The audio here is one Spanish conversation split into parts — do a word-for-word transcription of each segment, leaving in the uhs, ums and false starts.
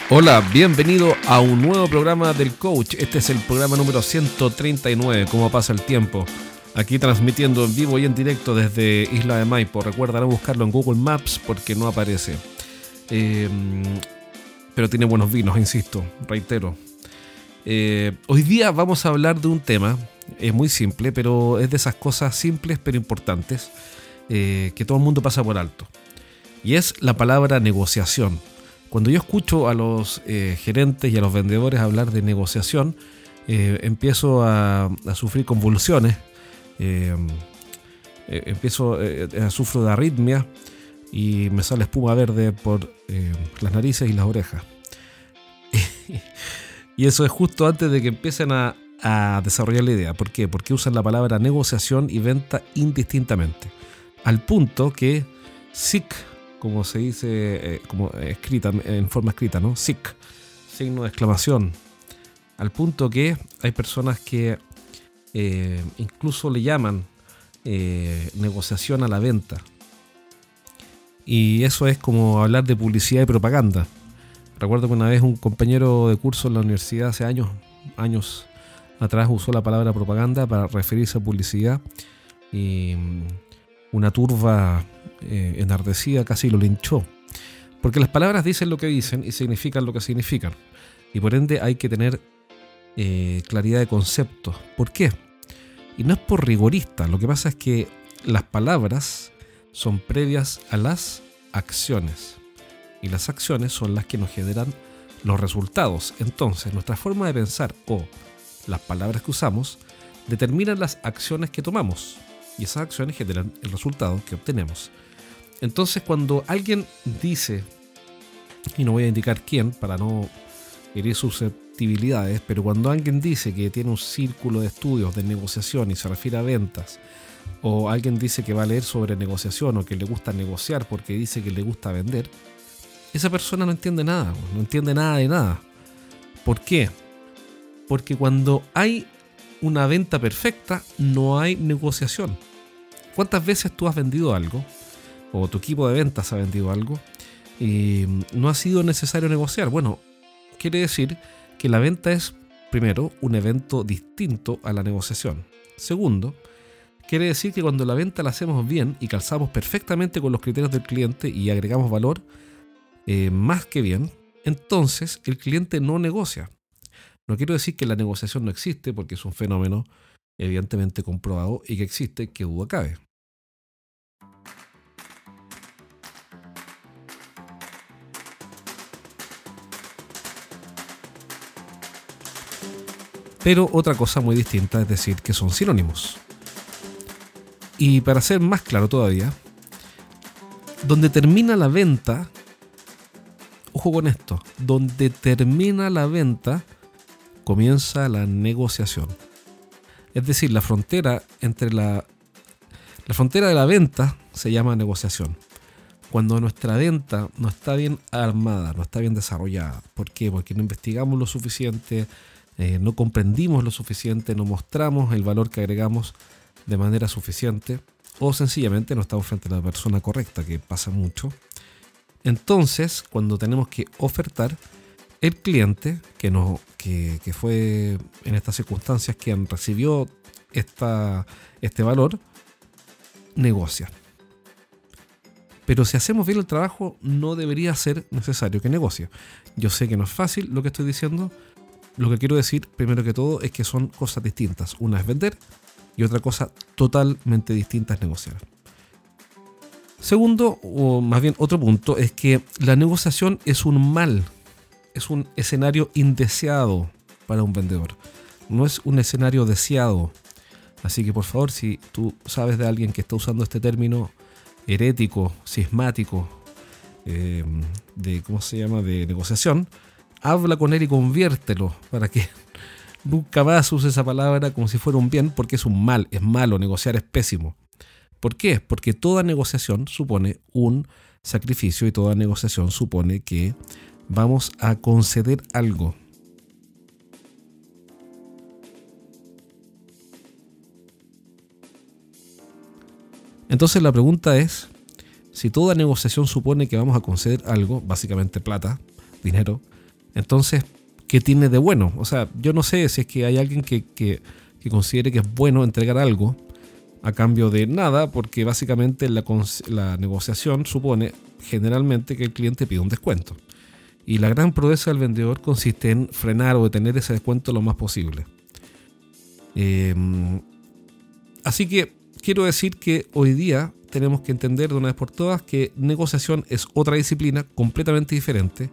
Hola, bienvenido a un nuevo programa del Coach. Este es el programa número ciento treinta y nueve, ¿Cómo pasa el tiempo? Aquí transmitiendo en vivo y en directo desde Isla de Maipo. Recuerda no buscarlo en Google Maps porque no aparece. Eh, pero tiene buenos vinos, insisto, reitero. Eh, hoy día vamos a hablar de un tema, es muy simple, pero es de esas cosas simples pero importantes eh, que todo el mundo pasa por alto. Y es la palabra negociación. Cuando yo escucho a los eh, gerentes y a los vendedores hablar de negociación, eh, empiezo a, a sufrir convulsiones, eh, eh, empiezo eh, a sufro de arritmia y me sale espuma verde por eh, las narices y las orejas. Y eso es justo antes de que empiecen a, a desarrollar la idea. ¿Por qué? Porque usan la palabra negociación y venta indistintamente, al punto que S I C, como se dice, eh, como escrita, en forma escrita, ¿no? S I C, signo de exclamación, al punto que hay personas que eh, incluso le llaman eh, negociación a la venta. Y eso es como hablar de publicidad y propaganda. Recuerdo que una vez un compañero de curso en la universidad hace años, años atrás usó la palabra propaganda para referirse a publicidad y una turba eh, enardecida casi lo linchó. Porque las palabras dicen lo que dicen y significan lo que significan. Y por ende hay que tener eh, claridad de conceptos. ¿Por qué? Y no es por rigorista. Lo que pasa es que las palabras son previas a las acciones. Y las acciones son las que nos generan los resultados. Entonces, nuestra forma de pensar o las palabras que usamos determinan las acciones que tomamos. Y esas acciones generan el resultado que obtenemos. Entonces, cuando alguien dice, y no voy a indicar quién para no herir susceptibilidades, pero cuando alguien dice que tiene un círculo de estudios de negociación y se refiere a ventas, o alguien dice que va a leer sobre negociación o que le gusta negociar porque dice que le gusta vender, esa persona no entiende nada, no entiende nada de nada. ¿Por qué? Porque cuando hay una venta perfecta, no hay negociación. ¿Cuántas veces tú has vendido algo, o tu equipo de ventas ha vendido algo, y no ha sido necesario negociar? Bueno, quiere decir que la venta es, primero, un evento distinto a la negociación. Segundo, quiere decir que cuando la venta la hacemos bien y calzamos perfectamente con los criterios del cliente y agregamos valor, Eh, más que bien, entonces el cliente no negocia. No quiero decir que la negociación no existe, porque es un fenómeno evidentemente comprobado y que existe, que duda cabe. Pero otra cosa muy distinta es decir que son sinónimos. Y para ser más claro todavía, donde termina la venta, ojo con esto, donde termina la venta, comienza la negociación. Es decir, la frontera entre la, la frontera de la venta se llama negociación. Cuando nuestra venta no está bien armada, no está bien desarrollada. ¿Por qué? Porque no investigamos lo suficiente, eh, no comprendimos lo suficiente, no mostramos el valor que agregamos de manera suficiente, o sencillamente no estamos frente a la persona correcta, que pasa mucho. Entonces, cuando tenemos que ofertar, el cliente que, no, que, que fue en estas circunstancias quien recibió esta, este valor, negocia. Pero si hacemos bien el trabajo, no debería ser necesario que negocie. Yo sé que no es fácil lo que estoy diciendo. Lo que quiero decir, primero que todo, es que son cosas distintas. Una es vender y otra cosa totalmente distinta es negociar. Segundo, o más bien otro punto, es que la negociación es un mal, es un escenario indeseado para un vendedor. No es un escenario deseado. Así que por favor, si tú sabes de alguien que está usando este término herético, cismático, eh, de ¿cómo se llama? de negociación, habla con él y conviértelo para que nunca más use esa palabra como si fuera un bien, porque es un mal, es malo, negociar es pésimo. ¿Por qué? Porque toda negociación supone un sacrificio y toda negociación supone que vamos a conceder algo. Entonces la pregunta es, si toda negociación supone que vamos a conceder algo, básicamente plata, dinero, Entonces, ¿qué tiene de bueno? O sea, yo no sé si es que hay alguien que, que, que considere que es bueno entregar algo a cambio de nada, porque básicamente la, la negociación supone generalmente que el cliente pide un descuento. Y la gran proeza del vendedor consiste en frenar o detener ese descuento lo más posible. Eh, así que quiero decir que hoy día tenemos que entender de una vez por todas que negociación es otra disciplina completamente diferente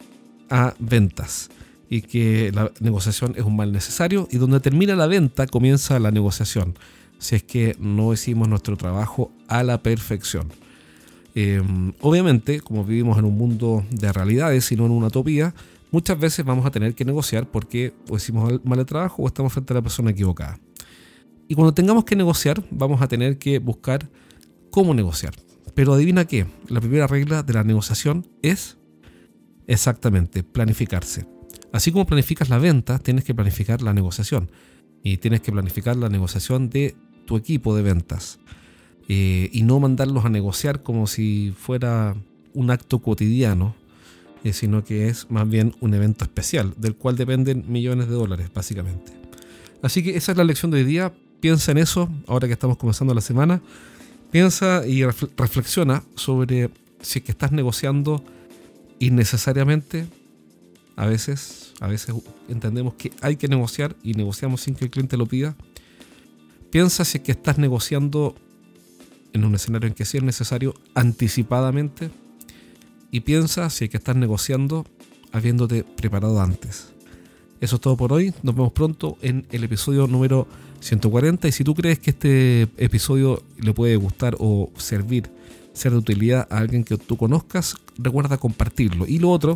a ventas. Y que la negociación es un mal necesario y donde termina la venta comienza la negociación. Si es que no hicimos nuestro trabajo a la perfección. Eh, obviamente, como vivimos en un mundo de realidades y no en una utopía, muchas veces vamos a tener que negociar porque o hicimos mal el trabajo o estamos frente a la persona equivocada. Y cuando tengamos que negociar, vamos a tener que buscar cómo negociar. Pero adivina qué, la primera regla de la negociación es exactamente planificarse. Así como planificas la venta, tienes que planificar la negociación. Y tienes que planificar la negociación de tu equipo de ventas eh, y no mandarlos a negociar como si fuera un acto cotidiano, eh, sino que es más bien un evento especial del cual dependen millones de dólares básicamente. Así que esa es la lección de hoy día. Piensa en eso ahora que estamos comenzando la semana. Piensa y refle- reflexiona sobre si es que estás negociando innecesariamente. A veces, a veces entendemos que hay que negociar y negociamos sin que el cliente lo pida. Piensa si es que estás negociando en un escenario en que sí es necesario anticipadamente y piensa si es que estás negociando habiéndote preparado antes. Eso es todo por hoy. Nos vemos pronto en el episodio número ciento cuarenta y si tú crees que este episodio le puede gustar o servir, ser de utilidad a alguien que tú conozcas, recuerda compartirlo. Y lo otro,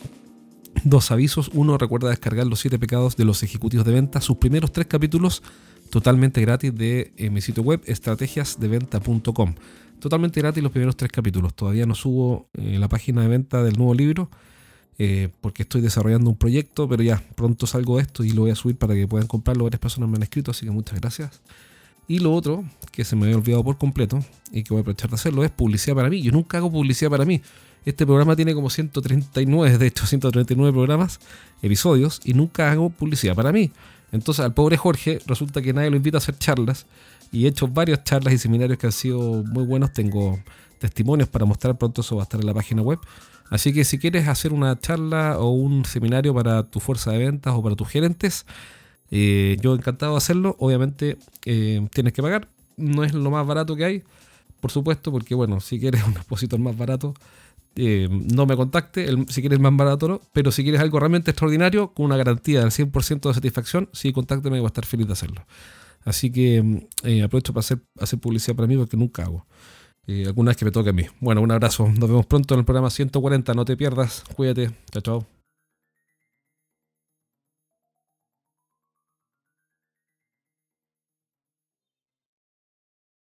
dos avisos. Uno, recuerda descargar Los siete pecados de los ejecutivos de venta, sus primeros tres capítulos totalmente gratis de eh, mi sitio web estrategias de venta punto com. Totalmente gratis los primeros tres capítulos. Todavía no subo eh, la página de venta del nuevo libro eh, porque estoy desarrollando un proyecto, pero ya pronto salgo de esto y lo voy a subir para que puedan comprarlo. Varias personas me han escrito, así que muchas gracias. Y lo otro, que se me había olvidado por completo y que voy a aprovechar de hacerlo, es publicidad para mí. Yo nunca hago publicidad para mí. Este programa tiene como ciento treinta y nueve, de hecho ciento treinta y nueve programas, episodios, y nunca hago publicidad para mí. Entonces al pobre Jorge resulta que nadie lo invita a hacer charlas, y he hecho varias charlas y seminarios que han sido muy buenos. Tengo testimonios para mostrar, pronto eso va a estar en la página web. Así que si quieres hacer una charla o un seminario para tu fuerza de ventas o para tus gerentes, eh, yo encantado de hacerlo. Obviamente eh, tienes que pagar, no es lo más barato que hay, por supuesto, porque bueno, si quieres un expositor más barato, Eh, no me contacte, el, si quieres más barato no, pero si quieres algo realmente extraordinario con una garantía del cien por ciento de satisfacción, sí, contácteme, voy a estar feliz de hacerlo. Así que eh, aprovecho para hacer, hacer publicidad para mí porque nunca hago, eh, alguna vez que me toque a mí. Bueno, un abrazo, nos vemos pronto en el programa ciento cuarenta, no te pierdas, cuídate, chao chao.